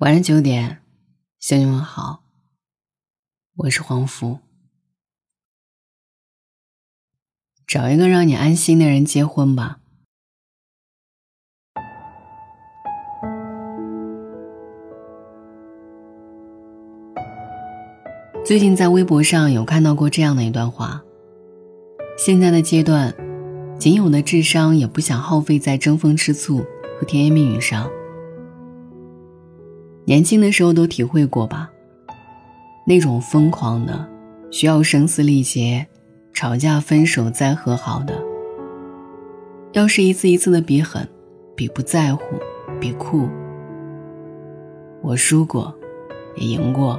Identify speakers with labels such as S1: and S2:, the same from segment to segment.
S1: 晚上9点，向你问好，我是黄福。找一个让你安心的人结婚吧。最近在微博上有看到过这样的一段话：现在的阶段，仅有的智商也不想耗费在争风吃醋和甜言蜜语上。年轻的时候都体会过吧，那种疯狂的需要声嘶力竭，吵架分手再和好的，要是一次一次的比狠，比不在乎，比酷。我输过，也赢过，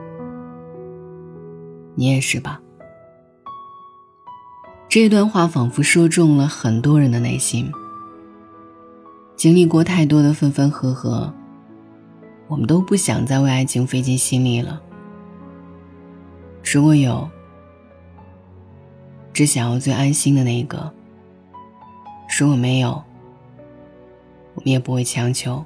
S1: 你也是吧？这一段话仿佛说中了很多人的内心。经历过太多的分分合合，我们都不想再为爱情费尽心力了。如果有，只想要最安心的那个；如果没有，我们也不会强求。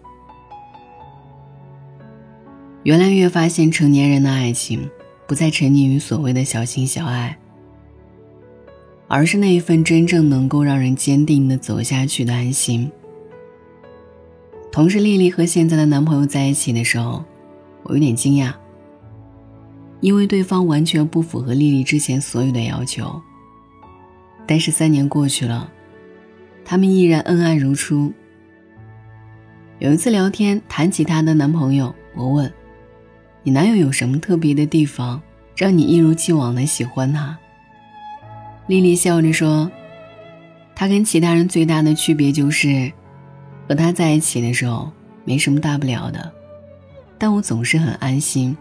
S1: 越来越发现，成年人的爱情不再沉溺于所谓的小情小爱，而是那一份真正能够让人坚定地走下去的安心。同时丽丽和现在的男朋友在一起的时候，我有点惊讶，因为对方完全不符合丽丽之前所有的要求。但是3年过去了，他们依然恩爱如初。有一次聊天谈起她的男朋友，我问：你男友有什么特别的地方让你一如既往的喜欢他？丽丽笑着说，他跟其他人最大的区别就是和他在一起的时候没什么大不了的，但我总是很安心。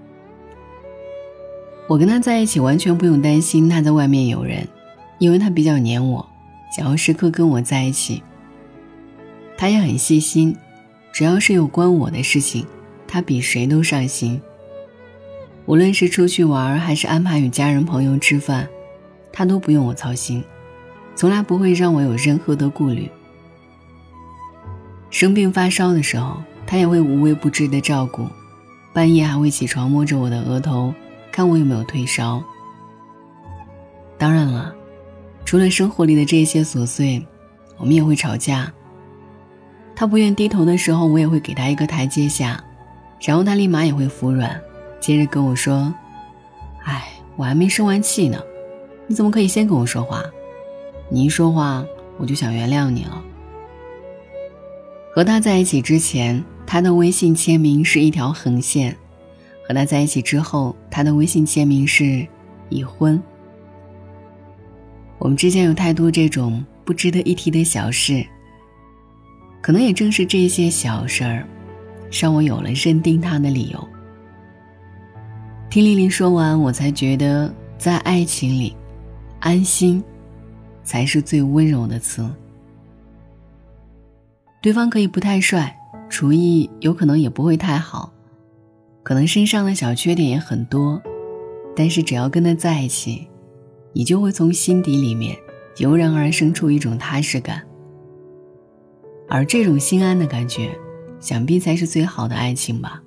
S1: 我跟他在一起完全不用担心他在外面有人，因为他比较黏我，想要时刻跟我在一起。他也很细心，只要是有关我的事情，他比谁都上心。无论是出去玩还是安排与家人朋友吃饭，他都不用我操心，从来不会让我有任何的顾虑。生病发烧的时候，他也会无微不至的照顾，半夜还会起床摸着我的额头，看我有没有退烧。当然了，除了生活里的这些琐碎，我们也会吵架。他不愿低头的时候，我也会给他一个台阶下，然后他立马也会服软，接着跟我说：哎，我还没生完气呢，你怎么可以先跟我说话？你一说话，我就想原谅你了。和他在一起之前，他的微信签名是一条横线；和他在一起之后，他的微信签名是已婚。我们之间有太多这种不值得一提的小事，可能也正是这些小事儿，让我有了认定他的理由。听丽丽说完，我才觉得在爱情里，安心才是最温柔的词。对方可以不太帅，厨艺有可能也不会太好，可能身上的小缺点也很多，但是只要跟他在一起，你就会从心底里面油然而生出一种踏实感。而这种心安的感觉，想必才是最好的爱情吧。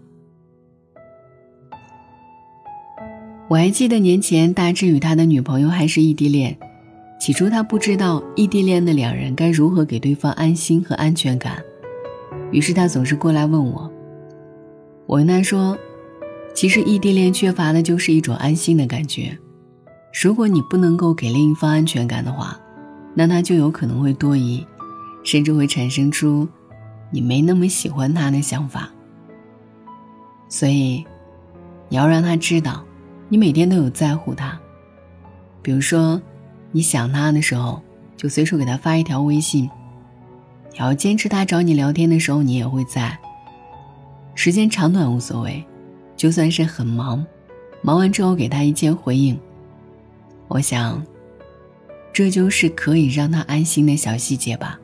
S1: 我还记得年前大致与他的女朋友还是异地恋，起初他不知道异地恋的两人该如何给对方安心和安全感，于是他总是过来问我。我跟他说，其实异地恋缺乏的就是一种安心的感觉，如果你不能够给另一方安全感的话，那他就有可能会多疑，甚至会产生出你没那么喜欢他的想法。所以你要让他知道你每天都有在乎他，比如说你想他的时候，就随手给他发一条微信，也要坚持他找你聊天的时候你也会在。时间长短无所谓，就算是很忙，忙完之后给他一键回应。我想这就是可以让他安心的小细节吧。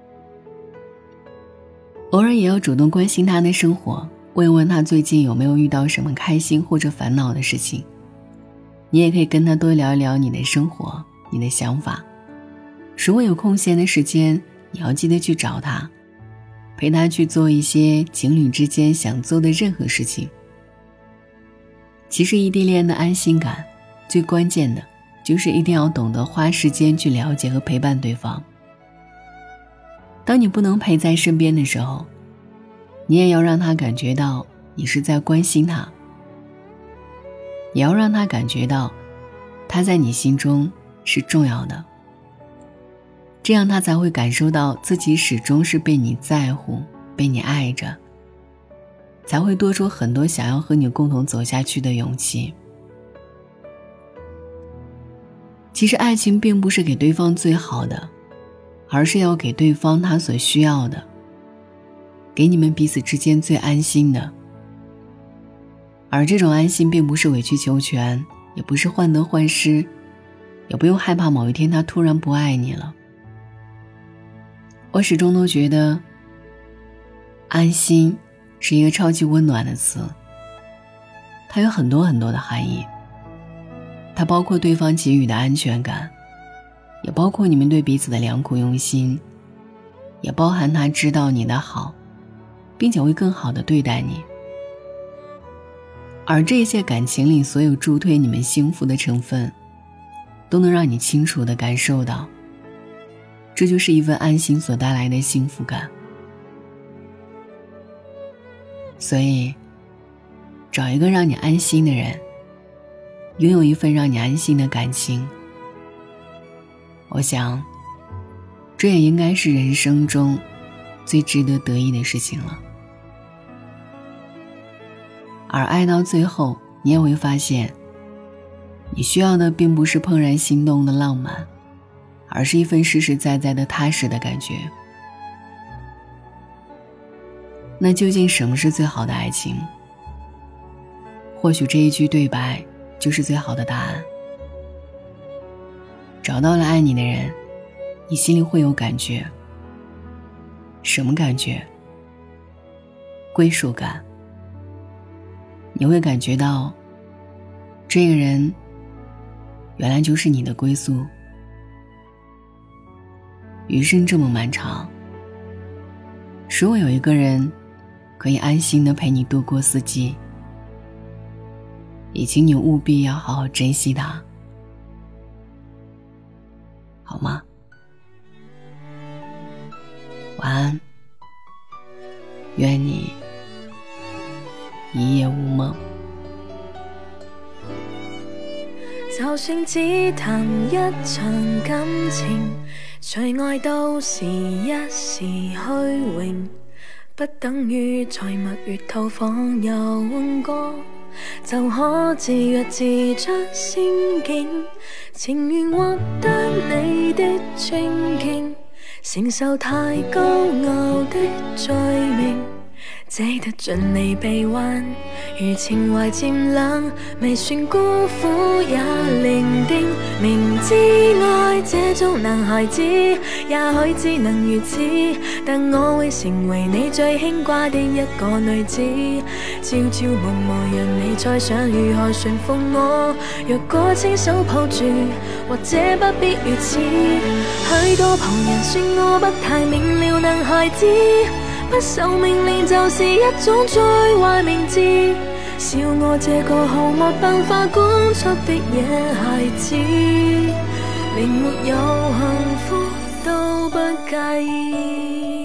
S1: 偶尔也要主动关心他的生活，问问他最近有没有遇到什么开心或者烦恼的事情。你也可以跟他多聊一聊你的生活，你的想法。如果有空闲的时间，你要记得去找他， 陪他去做一些情侣之间想做的任何事情。其实异地恋的安心感，最关键的就是一定要懂得花时间去了解和陪伴对方。当你不能陪在身边的时候，你也要让他感觉到你是在关心他，也要让他感觉到他在你心中是重要的，这样他才会感受到自己始终是被你在乎，被你爱着，才会多出很多想要和你共同走下去的勇气。其实爱情并不是给对方最好的，而是要给对方他所需要的，给你们彼此之间最安心的。而这种安心并不是委曲求全，也不是患得患失，也不用害怕某一天他突然不爱你了。我始终都觉得安心是一个超级温暖的词，它有很多很多的含义。它包括对方给予的安全感，也包括你们对彼此的良苦用心，也包含他知道你的好，并且会更好地对待你。而这些感情里所有助推你们幸福的成分，都能让你清楚地感受到，这就是一份安心所带来的幸福感。所以找一个让你安心的人，拥有一份让你安心的感情，我想这也应该是人生中最值得得意的事情了。而爱到最后，你也会发现，你需要的并不是怦然心动的浪漫，而是一份实实在在的踏实的感觉。那究竟什么是最好的爱情？或许这一句对白就是最好的答案。找到了爱你的人，你心里会有感觉。什么感觉？归属感。你会感觉到，这个人原来就是你的归宿。余生这么漫长，如果有一个人可以安心地陪你度过四季，也请你务必要好好珍惜他，好吗？晚安，愿你一夜无梦。
S2: 就算只談一場感情，隨愛都是一時虛榮，不等於在蜜月套房遊玩過就可自若自出仙境，情願獲得你的尊敬，承受太高傲的罪名，這得盡你臂彎，如情懷漸冷，未算孤苦也伶仃。明知愛這種男孩子，也許只能如此，但我會成為你最牽掛的一個女子。朝朝暮暮讓你再想如何馴服我，若果親手抱住，或者不必如此。許多旁人說我不太明了男孩子，不受命令就是一種最壞名字，笑我這個毫無辦法管束的野孩子，連沒有幸福都不介意。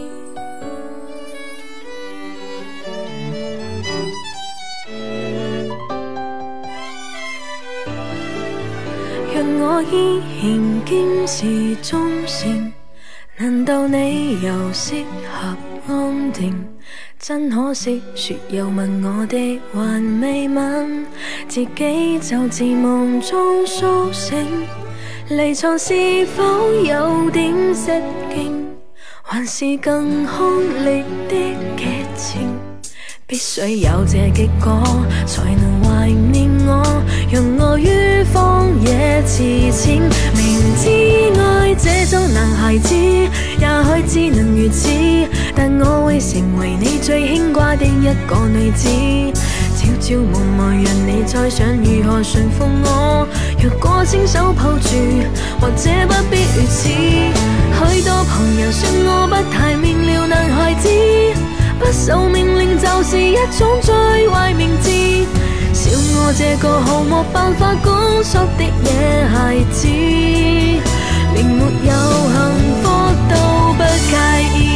S2: 若我依然堅持忠誠，難道你又適合安定？真可惜，說又問我的還未問，自己就自夢中甦醒。離床是否有點失敬，還是更兇烈的劇情？必須有這結果，才能懷念我，讓我於荒野遲淺。明知愛這種男孩子，也許只能如此，但我會成為你最牽掛的一個女子。朝朝暮暮讓你再想如何馴服我， 若果親手抱住，或者不必如此。許多旁人說我不太明了男孩子，不受命令就是一種最壞名字。笑我這個毫無辦法管束的野孩子，連沒有幸福都不介意。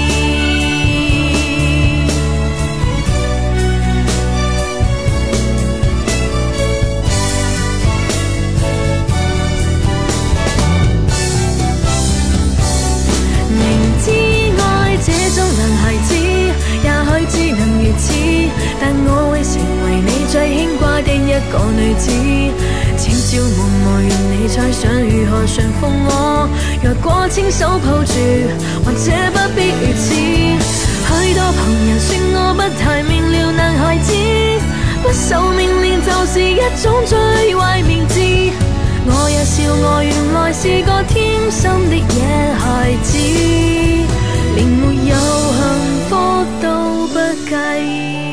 S2: 但我會成為你最牽掛的一個女子，千朝暮暮願你再想如何馴服我。若果親手抱住，或者不必如此。許多旁人說我不太明了男孩子，不受命令就是一種最壞名字。我也笑我原來是個天生的野孩子，連沒有幸福都不介意。